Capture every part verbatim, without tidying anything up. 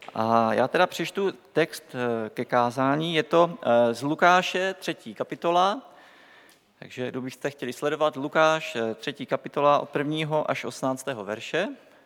A já teda přečtu text ke kázání, je to z Lukáše třetí kapitola, takže kdybyste chtěli sledovat Lukáš třetí kapitola od prvního až osmnáctého verše.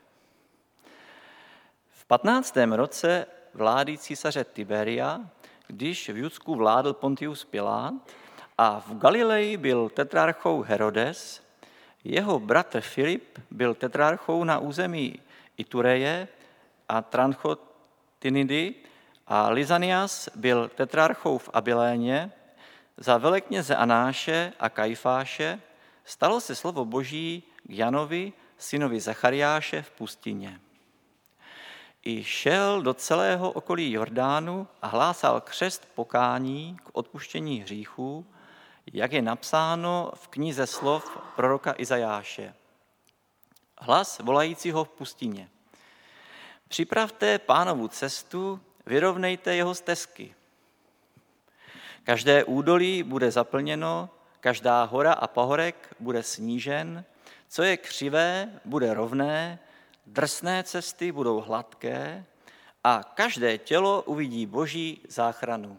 V patnáctém roce vlády císaře Tiberia, když v Judsku vládl Pontius Pilát a v Galileji byl tetrarchou Herodes, jeho bratr Filip byl tetrarchou na území Itureje a Tranchotinidy a Lysanias byl tetrarchou v Abiléně. Za velekněze Anáše a Kajfáše stalo se slovo Boží k Janovi, synovi Zachariáše v pustině. I šel do celého okolí Jordánu a hlásal křest pokání k odpuštění hříchů, jak je napsáno v knize slov proroka Izajáše. Hlas volajícího v pustině. Připravte Pánovu cestu, vyrovnejte jeho stezky. Každé údolí bude zaplněno, každá hora a pahorek bude snížen, co je křivé, bude rovné, drsné cesty budou hladké a každé tělo uvidí Boží záchranu.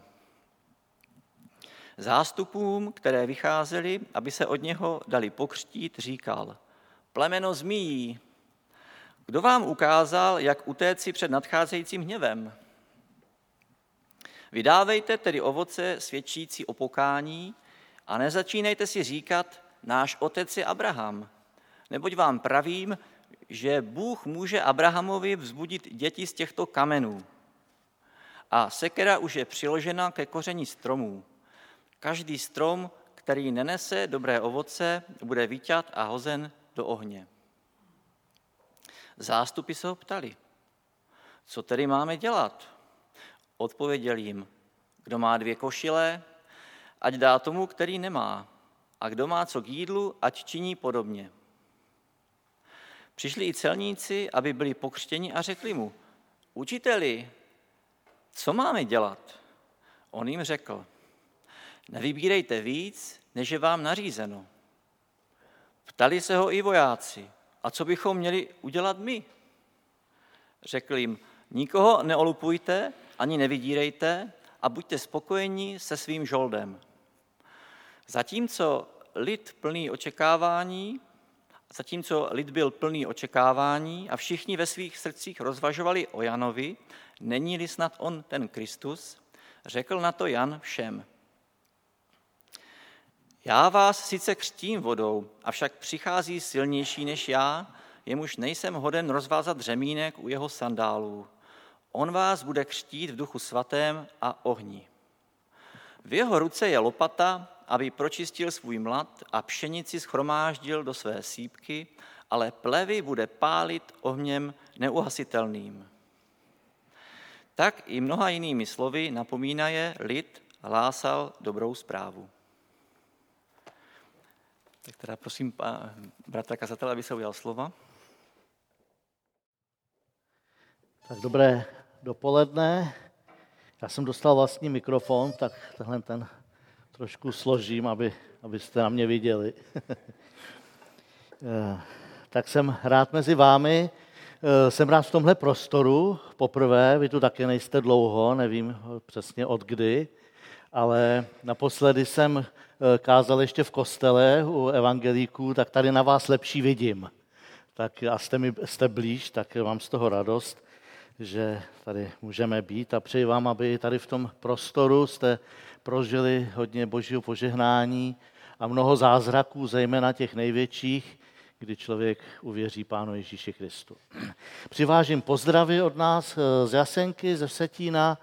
Zástupům, které vycházeli, aby se od něho dali pokřtít, říkal: Plemeno zmíjí, kdo vám ukázal, jak utéci před nadcházejícím hněvem? Vydávejte tedy ovoce svědčící o pokání a nezačínejte si říkat, náš otec je Abraham. Neboť vám pravím, že Bůh může Abrahamovi vzbudit děti z těchto kamenů. A sekera už je přiložena ke kořeni stromů. Každý strom, který nenese dobré ovoce, bude vyťat a hozen do ohně. Zástupy se ho ptali, co tedy máme dělat? Odpověděl jim, kdo má dvě košile, ať dá tomu, který nemá, a kdo má co k jídlu, ať činí podobně. Přišli i celníci, aby byli pokřtěni a řekli mu, učiteli, co máme dělat? On jim řekl, nevybírejte víc, než je vám nařízeno. Ptali se ho i vojáci, a co bychom měli udělat my? Řekl jim, nikoho neolupujte, ani nevydírejte a buďte spokojeni se svým žoldem. Zatímco lid plný očekávání, zatímco lid byl plný očekávání a všichni ve svých srdcích rozvažovali o Janovi, není-li snad on ten Kristus, řekl na to Jan všem. Já vás sice křtím vodou, avšak přichází silnější než já, jemuž nejsem hoden rozvázat řemínek u jeho sandálů. On vás bude křtít v duchu svatém a ohni. V jeho ruce je lopata, aby pročistil svůj mlad a pšenici shromáždil do své sýpky, ale plevy bude pálit ohněm neuhasitelným. Tak i mnoha jinými slovy napomínaje lid hlásal dobrou zprávu. Tak teda prosím bratra kazatele, aby se ujal slova. Tak dobré dopoledne. Já jsem dostal vlastní mikrofon, tak tenhle ten trošku složím, aby, abyste na mě viděli. Tak jsem rád mezi vámi. Jsem rád v tomhle prostoru. Poprvé, vy tu taky nejste dlouho, nevím přesně od kdy, ale naposledy jsem kázal ještě v kostele u evangelíků, tak tady na vás lepší vidím. Tak a jste, mi, jste blíž, tak mám z toho radost, že tady můžeme být a přeji vám, aby tady v tom prostoru jste prožili hodně Božího požehnání a mnoho zázraků, zejména těch největších, kdy člověk uvěří Pánu Ježíši Kristu. Přivážím pozdravy od nás z Jasenky, ze Vsetína.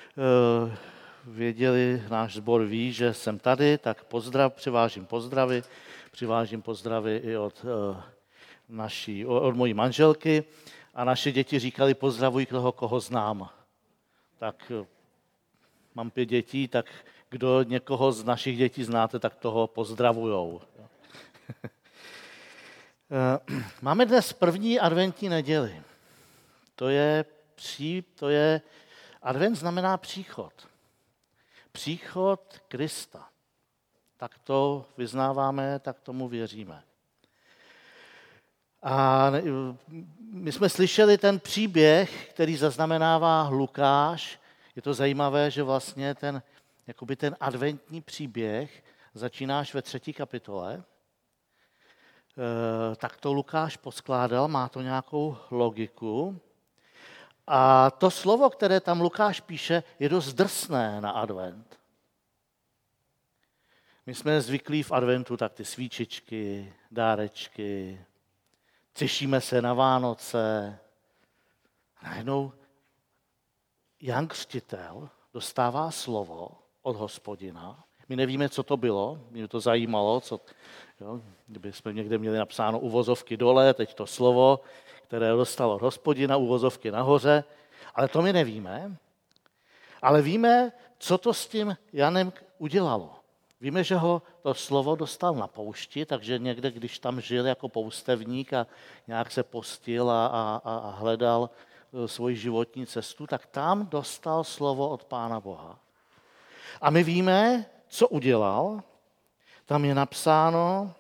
Věděli, náš sbor ví, že jsem tady, tak pozdrav, přivážím pozdravy. Přivážím pozdravy i od, naší, od mojí manželky. A naše děti říkali, pozdravuj toho, koho znám. Tak mám pět dětí, tak kdo někoho z našich dětí znáte, tak toho pozdravujou. Máme dnes první adventní neděli. To je, pří, to je, advent znamená příchod. Příchod Krista. Tak to vyznáváme, tak tomu věříme. A my jsme slyšeli ten příběh, který zaznamenává Lukáš. Je to zajímavé, že vlastně ten, jakoby ten adventní příběh začínáš ve třetí kapitole. E, tak to Lukáš poskládal, má to nějakou logiku. A to slovo, které tam Lukáš píše, je dost drsné na advent. My jsme zvyklí v adventu tak ty svíčičky, dárečky, těšíme se na Vánoce. A najednou Jan Křtitel dostává slovo od Hospodina. My nevíme, co to bylo, mě to zajímalo, co, jo, kdyby jsme někde měli napsáno uvozovky dole, teď to slovo, které dostal od Hospodina, uvozovky nahoře, ale to my nevíme. Ale víme, co to s tím Janem udělalo. Víme, že ho to slovo dostal na poušti, takže někde, když tam žil jako poustevník a nějak se postil a, a, a hledal svoji životní cestu, tak tam dostal slovo od Pána Boha. A my víme, co udělal. Tam je napsáno,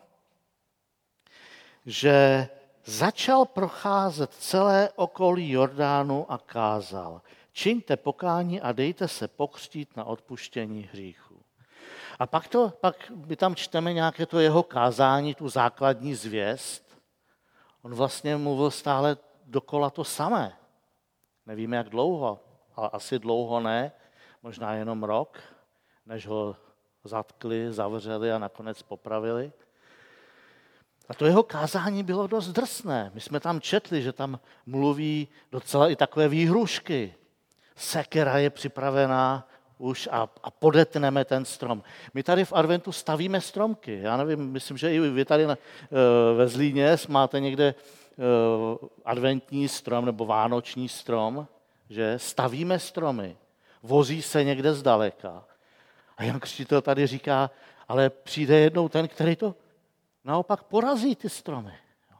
že začal procházet celé okolí Jordánu a kázal: čiňte pokání a dejte se pokřtít na odpuštění hříchů. A pak, to, pak my tam čteme nějaké to jeho kázání, tu základní zvěst. On vlastně mluvil stále dokola to samé. Nevíme, jak dlouho, ale asi dlouho ne, možná jenom rok, než ho zatkli, zavřeli a nakonec popravili. A to jeho kázání bylo dost drsné. My jsme tam četli, že tam mluví docela i takové výhrušky. Sekera je připravená už a, a podetneme ten strom. My tady v adventu stavíme stromky. Já nevím, myslím, že i vy tady na, ve Zlíně máte někde adventní strom nebo vánoční strom, že stavíme stromy. Vozí se někde zdaleka. A Jan Křtitel tady říká, ale přijde jednou ten, který to naopak porazí ty stromy.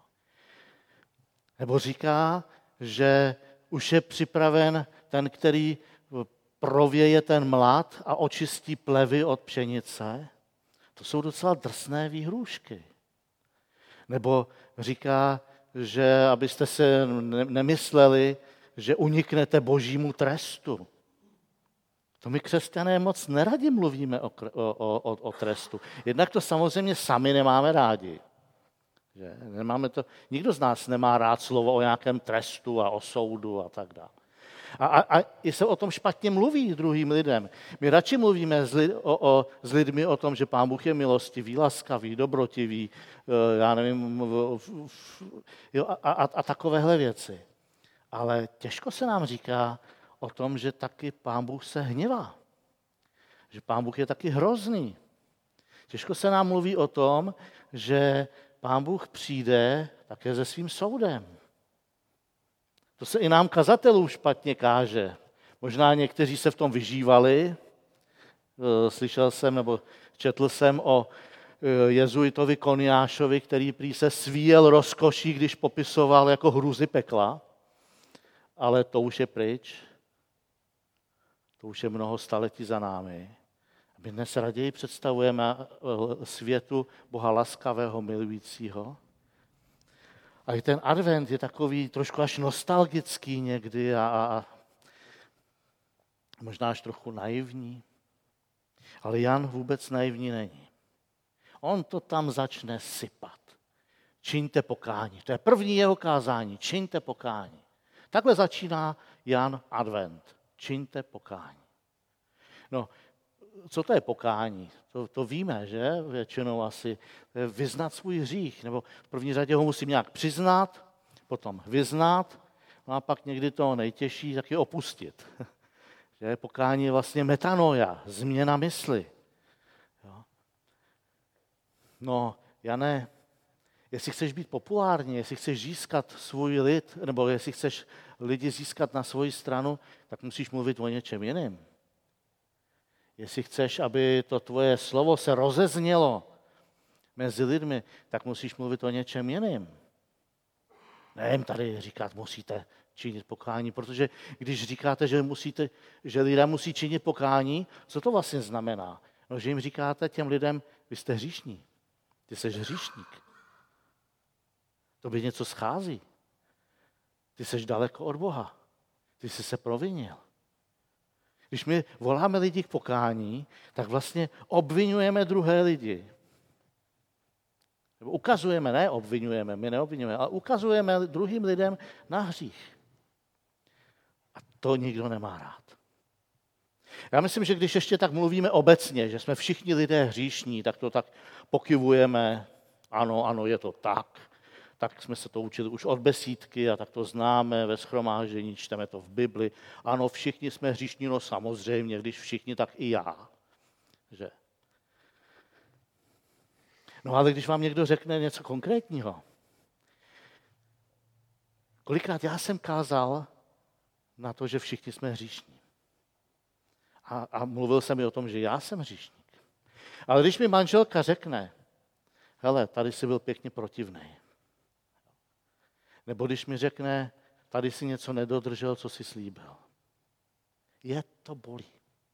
Nebo říká, že už je připraven ten, který prověje ten mlad a očistí plevy od pšenice. To jsou docela drsné výhrůžky. Nebo říká, že abyste se nemysleli, že uniknete božímu trestu. To my křesťané moc neradi mluvíme o, o, o, o trestu. Jednak to samozřejmě sami nemáme rádi. Že? Nemáme to, nikdo z nás nemá rád slovo o nějakém trestu a o soudu a tak dále. A, a, a i se o tom špatně mluví druhým lidem. My radši mluvíme s, lid, o, o, s lidmi o tom, že Pán Bůh je milostivý, laskavý, dobrotivý, já nevím, jo, a, a, a takovéhle věci. Ale těžko se nám říká o tom, že taky Pán Bůh se hněvá. Že Pán Bůh je taky hrozný. Těžko se nám mluví o tom, že Pán Bůh přijde také se svým soudem. To se i nám kazatelů špatně káže. Možná někteří se v tom vyžívali. Slyšel jsem nebo četl jsem o jezuitovi Koniášovi, který prý se svíjel rozkoší, když popisoval jako hrůzy pekla. Ale to už je pryč. To už je mnoho staletí za námi. My dnes raději představujeme světu Boha laskavého, milujícího. A i ten advent je takový trošku až nostalgický někdy a, a možná až trochu naivní. Ale Jan vůbec naivní není. On to tam začne sypat. Čiňte pokání. To je první jeho kázání. Čiňte pokání. Takhle začíná Jan advent. Čiňte pokání. No, co to je pokání? To, to víme, že? Většinou asi vyznat svůj hřích. Nebo v první řadě ho musím nějak přiznat, potom vyznat, no a pak někdy to nejtěžší taky opustit. Že? Pokání je vlastně metanoia, změna mysli. Jo? No, Jane, jestli chceš být populární, jestli chceš získat svůj lid, nebo jestli chceš lidi získat na svoji stranu, tak musíš mluvit o něčem jiném. Jestli chceš, aby to tvoje slovo se rozeznělo mezi lidmi, tak musíš mluvit o něčem jiném. Nevím tady říkat, musíte činit pokání, protože když říkáte, že, musíte, že lidé musí činit pokání, co to vlastně znamená? No, že jim říkáte těm lidem, vy jste hříšní, ty jsi hříšník. To by něco schází. Ty jsi daleko od Boha. Ty jsi se provinil. Když my voláme lidi k pokání, tak vlastně obvinujeme druhé lidi. Nebo ukazujeme, ne obvinujeme, my neobvinujeme, ale ukazujeme druhým lidem na hřích. A to nikdo nemá rád. Já myslím, že když ještě tak mluvíme obecně, že jsme všichni lidé hříšní, tak to tak pokyvujeme, ano, ano, je to tak. Tak jsme se to učili už od besídky a tak to známe ve shromáždění, čteme to v Bibli. Ano, všichni jsme hříšní, no samozřejmě, když všichni, tak i já. Že? No ale když vám někdo řekne něco konkrétního, kolikrát já jsem kázal na to, že všichni jsme hříšní. A, a mluvil jsem i o tom, že já jsem hříšník. Ale když mi manželka řekne, hele, tady jsi byl pěkně protivnej. Nebo když mi řekne, tady si něco nedodržel, co jsi slíbil. Je to bolí.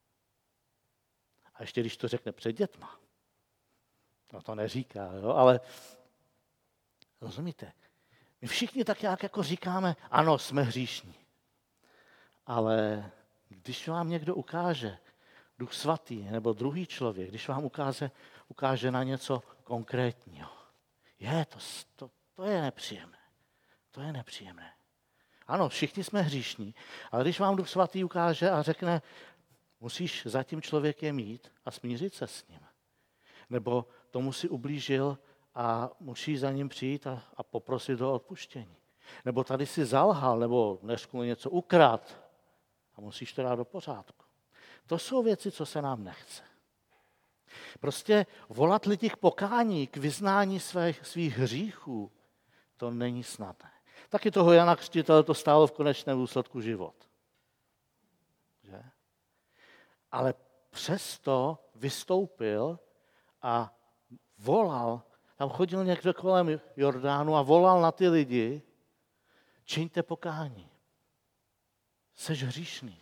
A ještě když to řekne před dětma. No to neříká, jo, ale rozumíte? My všichni tak nějak jako říkáme, ano, jsme hříšní. Ale když vám někdo ukáže, Duch Svatý nebo druhý člověk, když vám ukáže, ukáže na něco konkrétního, je to, to, to je nepříjemné. To je nepříjemné. Ano, všichni jsme hříšní, ale když vám Duch Svatý ukáže a řekne, musíš za tím člověkem jít a smířit se s ním. Nebo tomu si ublížil a musíš za ním přijít a, a poprosit o odpuštění. Nebo tady si zalhal, nebo neřknu něco ukrát a musíš to dát do pořádku. To jsou věci, co se nám nechce. Prostě volat lidi k pokání, k vyznání svých, svých hříchů, to není snadné. Taky toho Jana Křtitele to stálo v konečném důsledku život. Že? Ale přesto vystoupil a volal, tam chodil někdo kolem Jordánu a volal na ty lidi, čiňte pokání. Seš hříšný.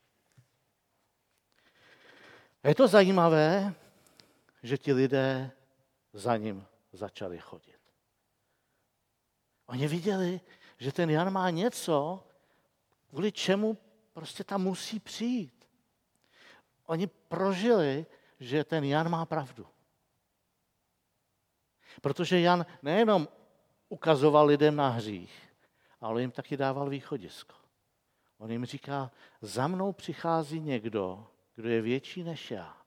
A je to zajímavé, že ti lidé za ním začali chodit. Oni viděli, že ten Jan má něco, kvůli čemu prostě tam musí přijít. Oni prožili, že ten Jan má pravdu. Protože Jan nejenom ukazoval lidem na hřích, ale jim taky dával východisko. On jim říká, za mnou přichází někdo, kdo je větší než já.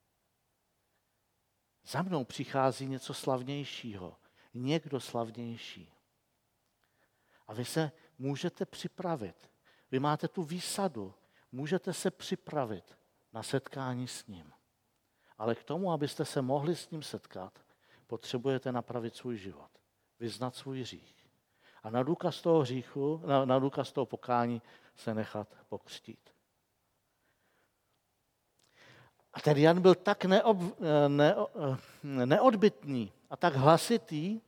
Za mnou přichází něco slavnějšího, někdo slavnější. A vy se můžete připravit. Vy máte tu výsadu, můžete se připravit na setkání s ním. Ale k tomu, abyste se mohli s ním setkat, potřebujete napravit svůj život, vyznat svůj hřích. A na důkaz toho hříchu, na, na důkaz toho pokání se nechat pokřtít. A ten Jan byl tak neob, ne, neodbytný a tak hlasitý,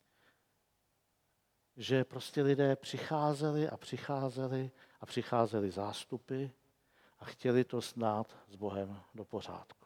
že prostě lidé přicházeli a přicházeli a přicházeli zástupy a chtěli to snad s Bohem do pořádku.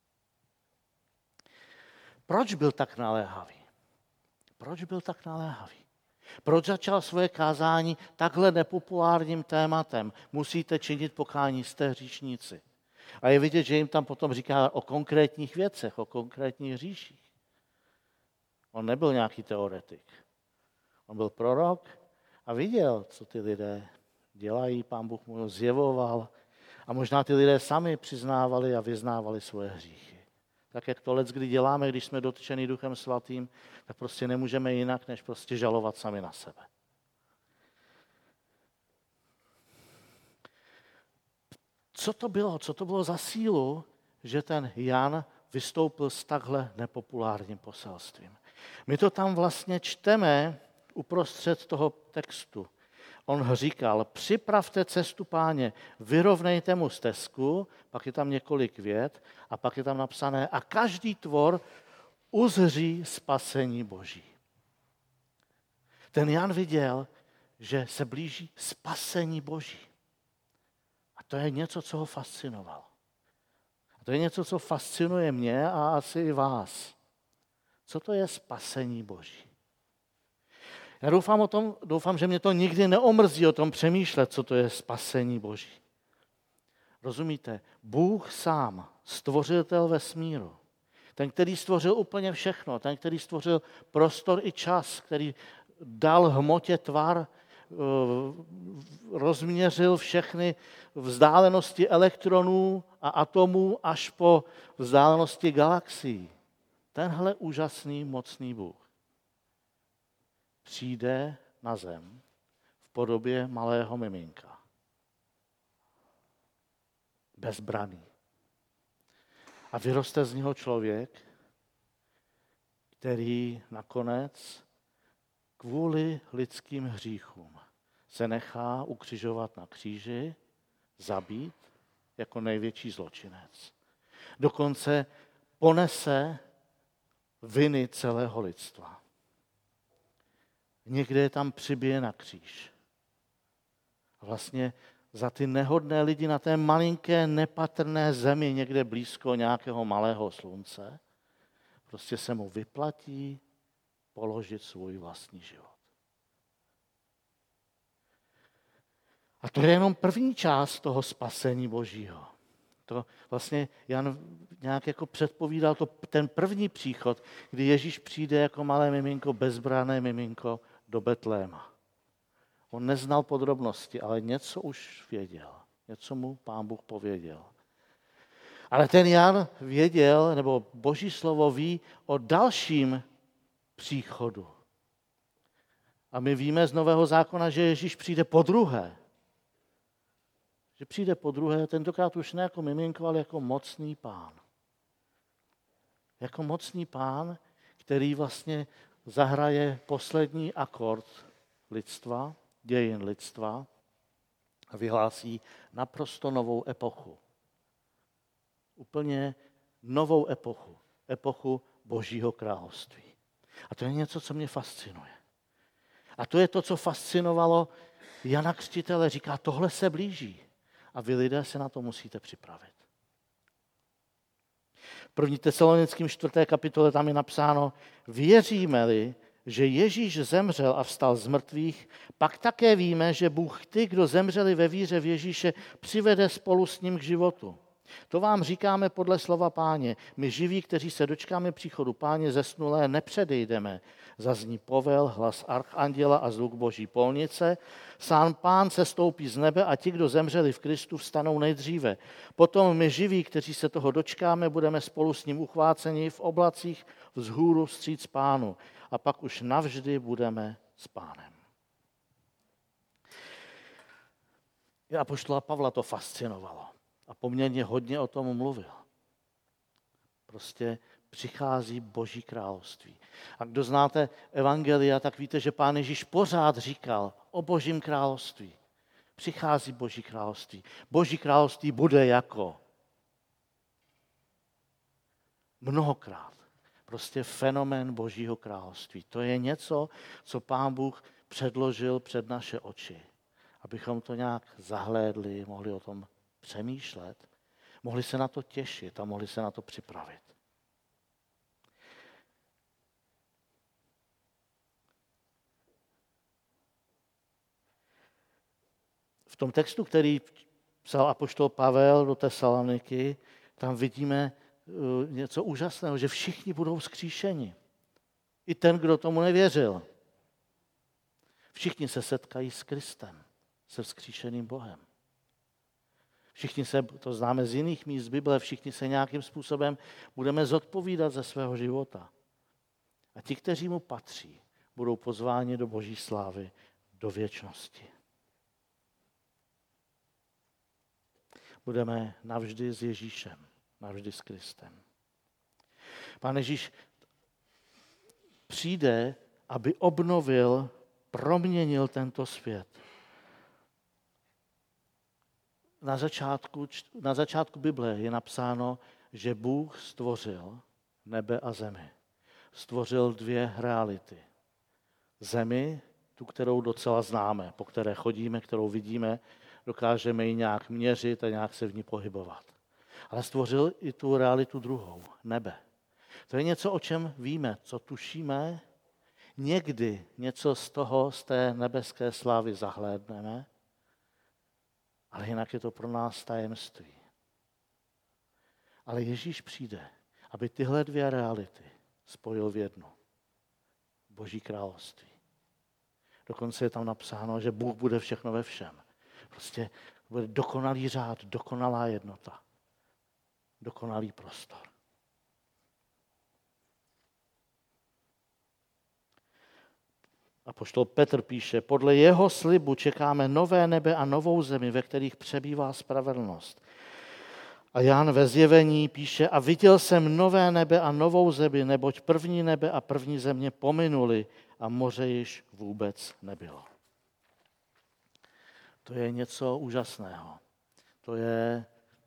Proč byl tak naléhavý? Proč byl tak naléhavý? Proč začal svoje kázání takhle nepopulárním tématem? Musíte činit pokání, jste hříšníci. A je vidět, že jim tam potom říká o konkrétních věcech, o konkrétních hříších. On nebyl nějaký teoretik. On byl prorok a viděl, co ty lidé dělají, Pán Bůh mu zjevoval a možná ty lidé sami přiznávali a vyznávali svoje hříchy. Tak jak to leckdy děláme, když jsme dotčeni Duchem Svatým, tak prostě nemůžeme jinak, než prostě žalovat sami na sebe. Co to bylo? Co to bylo za sílu, že ten Jan vystoupil s takhle nepopulárním poselstvím? My to tam vlastně čteme uprostřed toho textu. On říkal, připravte cestu Páně, vyrovnejte mu stezku, pak je tam několik vět a pak je tam napsané a každý tvor uzří spasení Boží. Ten Jan viděl, že se blíží spasení Boží. A to je něco, co ho fascinovalo. A to je něco, co fascinuje mě a asi i vás. Co to je spasení Boží? Já doufám, o tom, doufám, že mě to nikdy neomrzí o tom přemýšlet, co to je spasení Boží. Rozumíte? Bůh sám, stvořitel vesmíru, ten, který stvořil úplně všechno, ten, který stvořil prostor i čas, který dal hmotě tvar, rozměřil všechny vzdálenosti elektronů a atomů až po vzdálenosti galaxií. Tenhle úžasný, mocný Bůh přijde na zem v podobě malého miminka. Bezbraný. A vyroste z něho člověk, který nakonec kvůli lidským hříchům se nechá ukřižovat na kříži, zabít jako největší zločinec. Dokonce ponese viny celého lidstva. Někde je tam přibije na kříž. A vlastně za ty nehodné lidi na té malinké nepatrné zemi, někde blízko nějakého malého slunce, prostě se mu vyplatí položit svůj vlastní život. A to je jenom první část toho spasení Božího. To vlastně Jan nějak jako předpovídal to, ten první příchod, kdy Ježíš přijde jako malé miminko, bezbranné miminko do Betléma. On neznal podrobnosti, ale něco už věděl. Něco mu Pán Bůh pověděl. Ale ten Jan věděl, nebo Boží slovo ví o dalším příchodu. A my víme z Nového zákona, že Ježíš přijde po druhé. Že přijde po druhé, tentokrát už ne jako miminko, ale jako mocný Pán. Jako mocný Pán, který vlastně zahraje poslední akord lidstva, dějin lidstva a vyhlásí naprosto novou epochu. Úplně novou epochu. Epochu Božího království. A to je něco, co mě fascinuje. A to je to, co fascinovalo Jana Křtitele. Říká, tohle se blíží. A vy lidé se na to musíte připravit. V první Tesalonickým čtvrté kapitole tam je napsáno, věříme-li, že Ježíš zemřel a vstal z mrtvých, pak také víme, že Bůh ty, kdo zemřeli ve víře v Ježíše, přivede spolu s ním k životu. To vám říkáme podle slova Páně. My živí, kteří se dočkáme příchodu Páně zesnulé, nepředejdeme. Zazní povel, hlas archanděla a zvuk Boží polnice. Sám Pán se stoupí z nebe a ti, kdo zemřeli v Kristu, vstanou nejdříve. Potom my živí, kteří se toho dočkáme, budeme spolu s ním uchváceni v oblacích vzhůru vstříc Pánu. A pak už navždy budeme s Pánem. I apoštola Pavla to fascinovalo. A poměrně hodně o tom mluvil. Prostě přichází Boží království. A kdo znáte evangelia, tak víte, že Pán Ježíš pořád říkal o Božím království. Přichází Boží království. Boží království bude jako. Mnohokrát. Prostě fenomén Božího království. To je něco, co Pán Bůh předložil před naše oči. Abychom to nějak zahlédli, mohli o tom přemýšlet, mohli se na to těšit a mohli se na to připravit. V tom textu, který psal apoštol Pavel do Tesaloniky, tam vidíme něco úžasného, že všichni budou vzkříšeni. I ten, kdo tomu nevěřil. Všichni se setkají s Kristem, se vzkříšeným Bohem. Všichni se, to známe z jiných míst Bible, všichni se nějakým způsobem budeme zodpovídat ze svého života. A ti, kteří mu patří, budou pozváni do Boží slávy, do věčnosti. Budeme navždy s Ježíšem, navždy s Kristem. Pán Ježíš přijde, aby obnovil, proměnil tento svět. Na začátku, na začátku Bible je napsáno, že Bůh stvořil nebe a zemi. Stvořil dvě reality. Zemi, tu, kterou docela známe, po které chodíme, kterou vidíme, dokážeme ji nějak měřit a nějak se v ní pohybovat. Ale stvořil i tu realitu druhou, nebe. To je něco, o čem víme, co tušíme, Někdy něco z toho, z té nebeské slávy zahlédneme, ale jinak je to pro nás tajemství. Ale Ježíš přijde, aby tyhle dvě reality spojil v jednu. Boží království. Dokonce je tam napsáno, že Bůh bude všechno ve všem. Prostě bude dokonalý řád, dokonalá jednota. Dokonalý prostor. Apoštol Petr píše, podle jeho slibu čekáme nové nebe a novou zemi, ve kterých přebývá spravedlnost. A Jan ve Zjevení píše, a viděl jsem nové nebe a novou zemi, neboť první nebe a první země pominuli a moře již vůbec nebylo. To je něco úžasného. To je,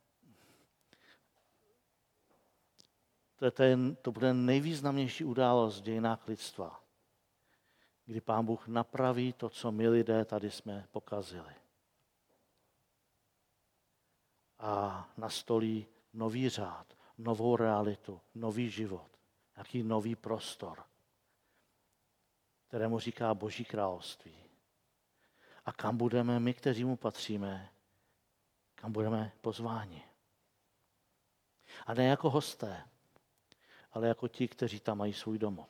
to, je ten, to bude nejvýznamnější událost v dějinách lidstva, kdy Pán Bůh napraví to, co my lidé tady jsme pokazili. A nastolí nový řád, novou realitu, nový život, nějaký nový prostor, kterému říká Boží království. A kam budeme my, kteří mu patříme, kam budeme pozváni. A ne jako hosté, ale jako ti, kteří tam mají svůj domov.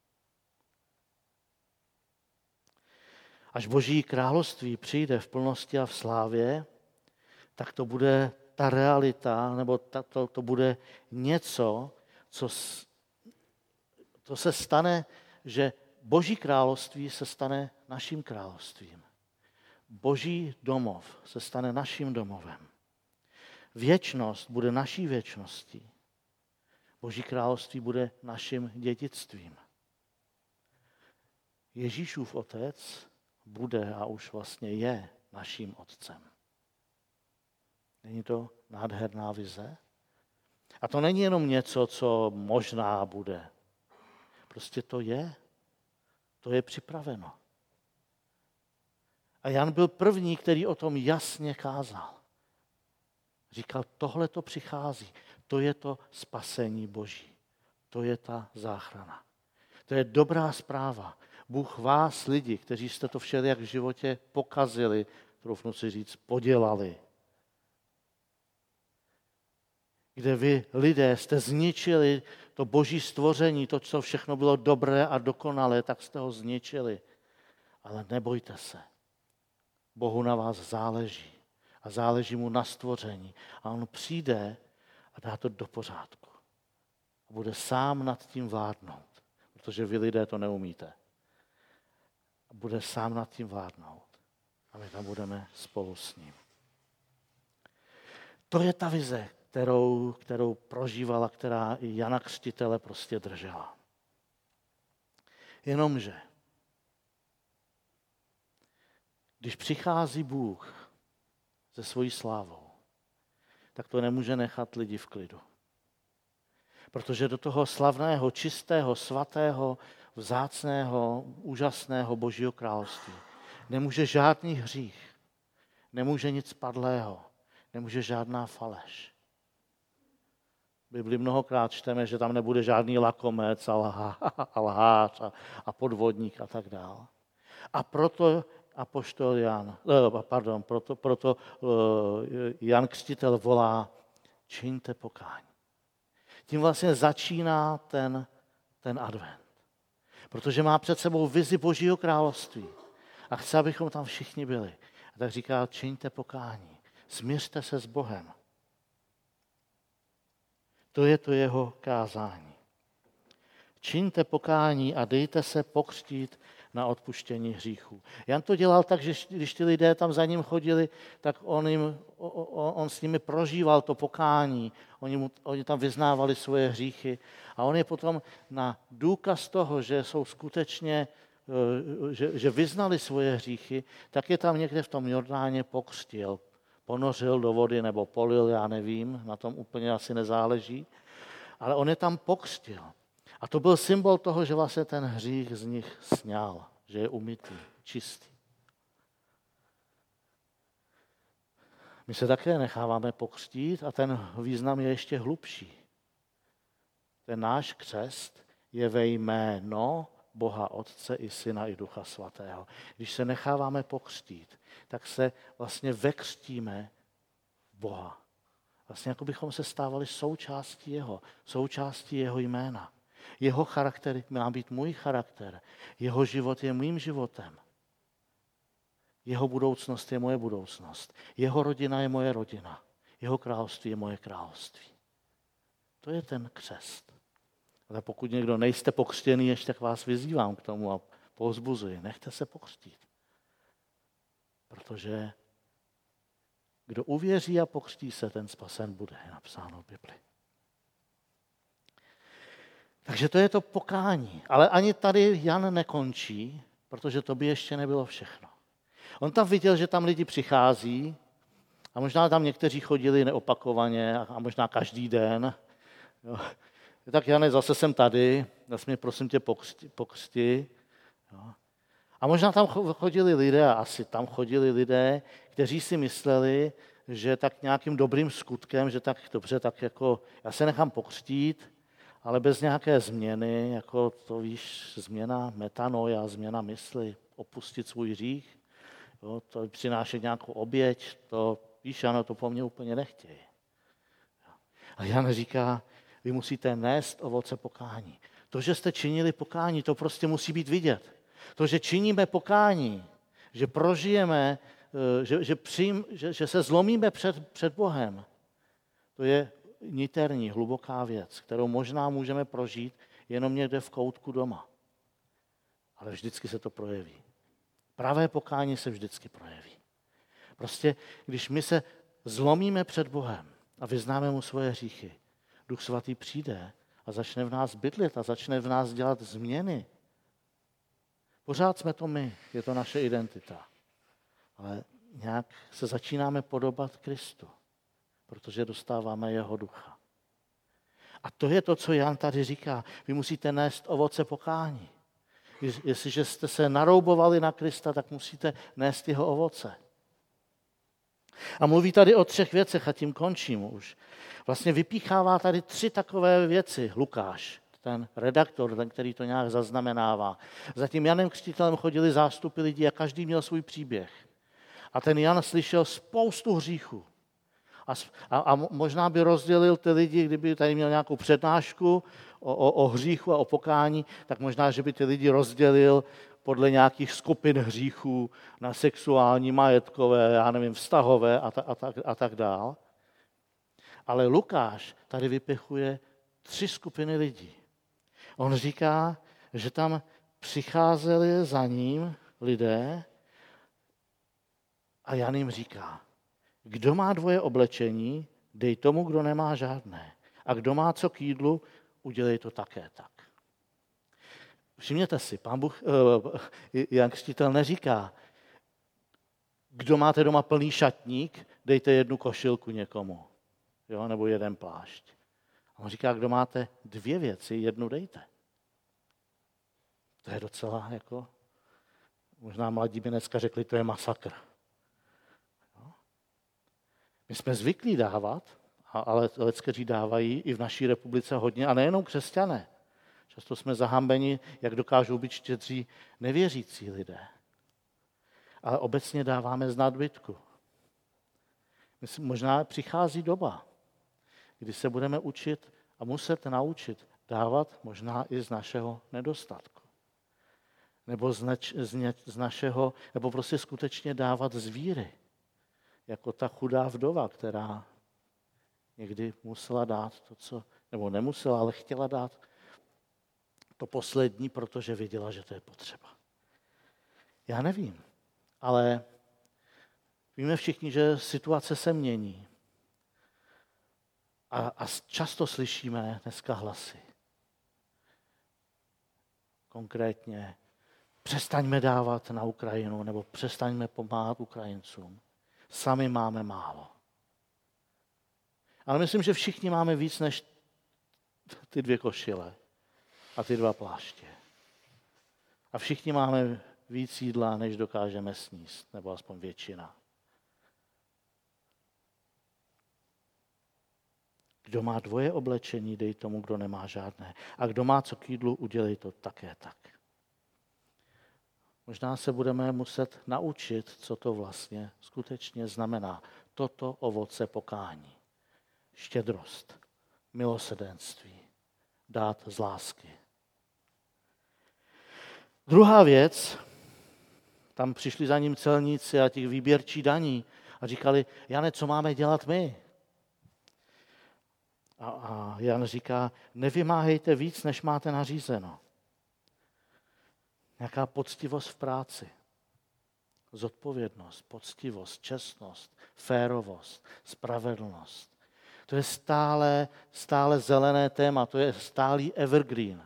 Až Boží království přijde v plnosti a v slávě, tak to bude ta realita, nebo ta, to, to bude něco, co s, to se stane, že Boží království se stane naším královstvím. Boží domov se stane naším domovem. Věčnost bude naší věčností. Boží království bude naším dědictvím. Ježíšův otec bude a už vlastně je naším otcem. Není to nádherná vize? A to není jenom něco, co možná bude. Prostě to je. To je připraveno. A Jan byl první, který o tom jasně kázal. Říkal, tohle to přichází. To je to spasení Boží. To je ta záchrana. To je dobrá zpráva. Bůh vás, lidi, kteří jste to všelijak v životě pokazili, troufnu si říct, podělali. Kde vy, lidé, jste zničili to Boží stvoření, to, co všechno bylo dobré a dokonalé, tak jste ho zničili. Ale nebojte se. Bohu na vás záleží. A záleží mu na stvoření. A on přijde a dá to do pořádku. A bude sám nad tím vládnout. Protože vy, lidé, to neumíte. A bude sám nad tím vládnout. A my tam budeme spolu s ním. To je ta vize, kterou, kterou prožívala, která i Jana Křtitele prostě držela. Jenomže, když přichází Bůh se svojí slávou, tak to nemůže nechat lidi v klidu. Protože do toho slavného, čistého, svatého, vzácného, úžasného Božího království nemůže žádný hřích, nemůže nic padlého, nemůže žádná faleš. V Bibli mnohokrát čteme, že tam nebude žádný lakomec a, lhá, a lhář a, a podvodník a tak dál. A proto apoštol Jan, pardon, proto, proto Jan Křtitel volá, čiňte pokání. Tím vlastně začíná ten, ten advent. Protože má před sebou vizi Božího království. A chce, abychom tam všichni byli. A tak říká, čiňte pokání. Smiřte se s Bohem. To je to jeho kázání. Čiňte pokání a dejte se pokřtít na odpuštění hříchů. Jan to dělal tak, že když ty lidé tam za ním chodili, tak on, jim, on s nimi prožíval to pokání. Oni, mu, oni tam vyznávali svoje hříchy. A on je potom na důkaz toho, že jsou skutečně, že, že vyznali svoje hříchy, tak je tam někde v tom Jordáně pokřtil. Ponořil do vody nebo polil, já nevím, na tom úplně asi nezáleží. Ale on je tam pokřtil. A to byl symbol toho, že vlastně ten hřích z nich sňal, že je umytý, čistý. My se také necháváme pokřtít a ten význam je ještě hlubší. Ten náš křest je ve jméno Boha Otce i Syna i Ducha Svatého. Když se necháváme pokřtít, tak se vlastně vekřtíme Boha. Vlastně jako bychom se stávali součástí jeho, součástí jeho jména. Jeho charakter má být můj charakter. Jeho život je mým životem. Jeho budoucnost je moje budoucnost. Jeho rodina je moje rodina. Jeho království je moje království. To je ten křest. Ale pokud někdo nejste pokřtěný, ještě tak vás vyzývám k tomu a povzbuzuji. Nechte se pokřtít. Protože kdo uvěří a pokřtí se, ten spasen bude, je napsáno v Bibli. Takže to je to pokání. Ale ani tady Jan nekončí, protože to by ještě nebylo všechno. On tam viděl, že tam lidi přichází a možná tam někteří chodili neopakovaně a možná každý den. Jo. Tak Jane, zase jsem tady, zase mě prosím tě pokřti. pokřti. Jo. A možná tam chodili lidé, a asi tam chodili lidé, kteří si mysleli, že tak nějakým dobrým skutkem, že tak dobře, tak jako já se nechám pokřtít, ale bez nějaké změny, jako to víš, změna metanoia, změna mysli, opustit svůj hřích, jo, to přinášet nějakou oběť, to víš, ano, to po mně úplně nechtějí. A Jan říká, vy musíte nést ovoce pokání. To, že jste činili pokání, to prostě musí být vidět. To, že činíme pokání, že prožijeme, že, že, přijím, že, že se zlomíme před, před Bohem, to je niterní, hluboká věc, kterou možná můžeme prožít jenom někde v koutku doma. Ale vždycky se to projeví. Pravé pokání se vždycky projeví. Prostě, když my se zlomíme před Bohem a vyznáme mu svoje hříchy, Duch Svatý přijde a začne v nás bydlet a začne v nás dělat změny. Pořád jsme to my, je to naše identita. Ale nějak se začínáme podobat Kristu, protože dostáváme jeho ducha. A to je to, co Jan tady říká. Vy musíte nést ovoce pokání. Jestliže jste se naroubovali na Krista, tak musíte nést jeho ovoce. A mluví tady o třech věcech a tím končím už. Vlastně vypíchává tady tři takové věci Lukáš, ten redaktor, ten, který to nějak zaznamenává. Za tím Janem Křtitelem chodili zástupy lidí a každý měl svůj příběh. A ten Jan slyšel spoustu hříchů. A, a, a možná by rozdělil ty lidi, kdyby tady měl nějakou přednášku o, o, o hříchu a o pokání, tak možná, že by ty lidi rozdělil podle nějakých skupin hříchů na sexuální, majetkové, já nevím, vztahové a, ta, a, tak, a tak dál. Ale Lukáš tady vypichuje tři skupiny lidí. On říká, že tam přicházeli za ním lidé a Jan jim říká, kdo má dvoje oblečení, dej tomu, kdo nemá žádné. A kdo má co k jídlu, udělej to také tak. Všimněte si, pán Bůh, Jan Křtitel neříká, kdo máte doma plný šatník, dejte jednu košilku někomu, jo, nebo jeden plášť. A on říká, kdo máte dvě věci, jednu dejte. To je docela jako, možná mladí by dneska řekli, to je masakr. Jo. My jsme zvyklí dávat, ale leckeří dávají i v naší republice hodně, a nejenom křesťané. Často jsme zahambeni, jak dokážou být štědří nevěřící lidé. Ale obecně dáváme z nadbytku. Možná přichází doba, kdy se budeme učit a muset naučit dávat možná i z našeho nedostatku. Nebo z, neč, z, ně, z našeho, nebo prostě skutečně dávat z víry. Jako ta chudá vdova, která někdy musela dát to, co, nebo nemusela, ale chtěla dát to poslední, protože věděla, že to je potřeba. Já nevím, ale víme všichni, že situace se mění. A, a často slyšíme dneska hlasy. Konkrétně, přestaňme dávat na Ukrajinu, nebo přestaňme pomáhat Ukrajincům. Sami máme málo. Ale myslím, že všichni máme víc než ty dvě košile a ty dva pláště. A všichni máme víc jídla, než dokážeme sníst, nebo aspoň většina. Kdo má dvoje oblečení, dej tomu, kdo nemá žádné. A kdo má co k jídlu, udělej to také tak. Možná se budeme muset naučit, co to vlastně skutečně znamená. Toto ovoce pokání. Štědrost, milosrdenství, dát z lásky. Druhá věc, tam přišli za ním celníci a těch výběrčí daní a říkali, Jane, co máme dělat my? A, a Jan říká, nevymáhejte víc, než máte nařízeno. Nějaká poctivost v práci, zodpovědnost, poctivost, čestnost, férovost, spravedlnost. To je stále, stále zelené téma, to je stálý evergreen.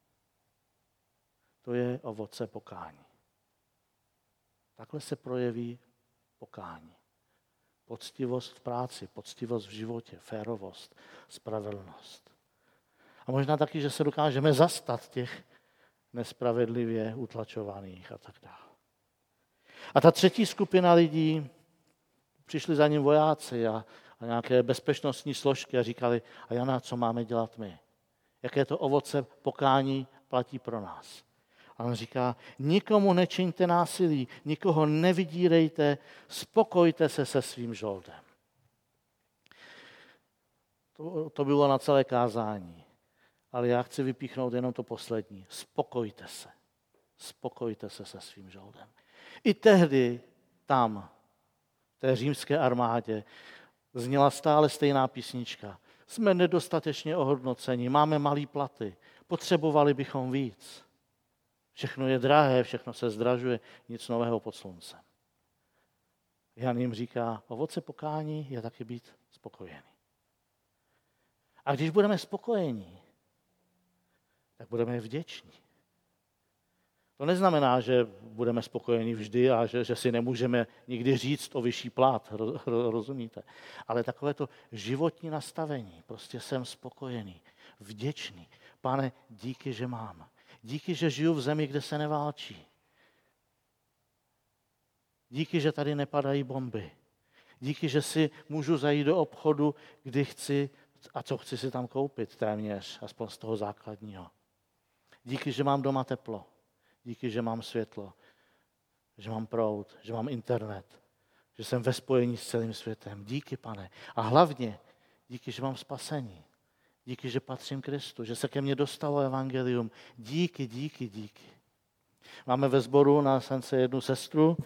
To je ovoce pokání. Takhle se projeví pokání. Poctivost v práci, poctivost v životě, férovost, spravedlnost. A možná taky, že se dokážeme zastat těch nespravedlivě utlačovaných a tak dále. A ta třetí skupina lidí, přišli za ním vojáci a, a nějaké bezpečnostní složky a říkali, a Jana, co máme dělat my? Jaké to ovoce pokání platí pro nás? A on říká, nikomu nečiňte násilí, nikoho nevydírejte, spokojte se se svým žoldem. To, to bylo na celé kázání. Ale já chci vypíchnout jenom to poslední. Spokojte se. Spokojte se se svým žoldem. I tehdy tam, v té římské armádě, zněla stále stejná písnička. Jsme nedostatečně ohodnoceni, máme malý platy, potřebovali bychom víc. Všechno je drahé, všechno se zdražuje, nic nového pod sluncem. Jan jim říká, ovoce pokání je taky být spokojený. A když budeme spokojení, tak budeme vděční. To neznamená, že budeme spokojení vždy a že, že si nemůžeme nikdy říct o vyšší plat, rozumíte? Ale takové to životní nastavení, prostě jsem spokojený, vděčný. Pane, díky, že mám. Díky, že žiju v zemi, kde se neválčí. Díky, že tady nepadají bomby. Díky, že si můžu zajít do obchodu, kdy chci a co chci si tam koupit téměř, aspoň z toho základního. Díky, že mám doma teplo. Díky, že mám světlo. Že mám proud, že mám internet. Že jsem ve spojení s celým světem. Díky, Pane. A hlavně díky, že mám spasení. Díky, že patřím Kristu, že se ke mně dostalo evangelium. Díky, díky, díky. Máme ve sboru na Sence jednu sestru,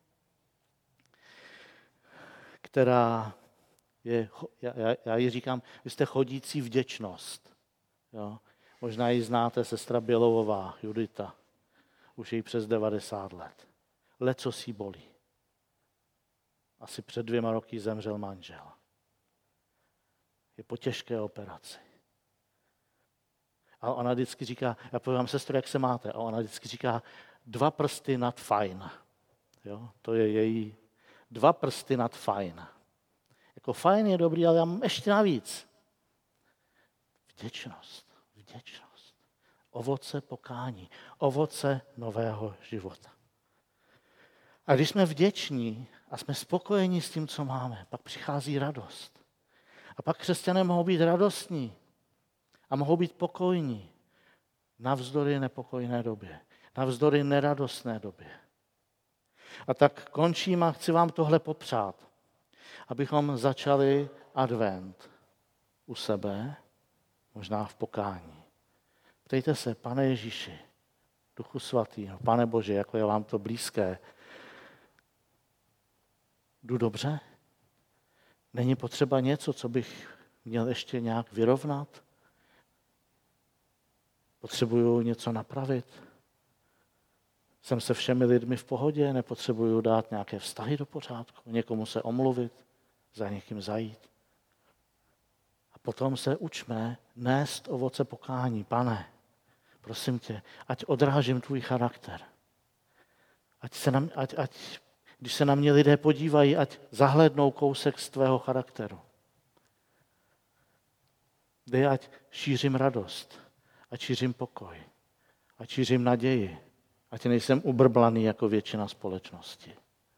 která je, já, já jí říkám, vy jste chodící vděčnost. Jo? Možná ji znáte, sestra Bělovová, Judita. Už je přes devadesát let. Leco si bolí. Asi před dvěma roky zemřel manžel. Je po těžké operaci. A ona vždycky říká, já povím, sestro, jak se máte? A ona vždycky říká, dva prsty nad fajn. Jo? To je její dva prsty nad fajn. Jako fajn je dobrý, ale já mám ještě navíc. Vděčnost, vděčnost. Ovoce pokání, ovoce nového života. A když jsme vděční a jsme spokojeni s tím, co máme, pak přichází radost. A pak křesťané mohou být radostní a mohou být pokojní navzdory nepokojné době, navzdory neradostné době. A tak končím a chci vám tohle popřát, abychom začali advent u sebe, možná v pokání. Ptejte se, Pane Ježíši, Duchu Svatý, Pane Bože, jako je vám to blízké, jdu dobře? Není potřeba něco, co bych měl ještě nějak vyrovnat? Potřebuju něco napravit? Jsem se všemi lidmi v pohodě, nepotřebuju dát nějaké vztahy do pořádku, někomu se omluvit, za někým zajít. A potom se učme nést ovoce pokání. Pane, prosím tě, ať odrážím tvůj charakter. Ať, se na, ať, ať když se na mě lidé podívají, ať zahlédnou kousek z tvého charakteru. Dej, ať šířím radost, ať šířím pokoj, ať šířím naději, ať nejsem ubrblaný jako většina společnosti.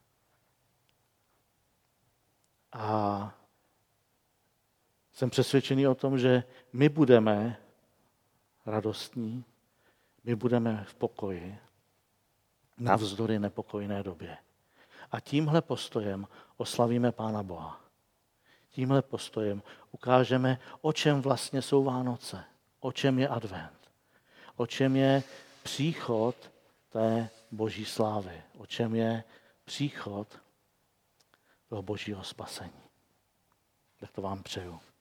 A jsem přesvědčený o tom, že my budeme radostní, my budeme v pokoji, navzdory nepokojné době. A tímhle postojem oslavíme Pána Boha. Tímhle postojem ukážeme, o čem vlastně jsou Vánoce, o čem je advent, o čem je příchod té boží slávy, o čem je příchod toho božího spasení. Tak to vám přeju.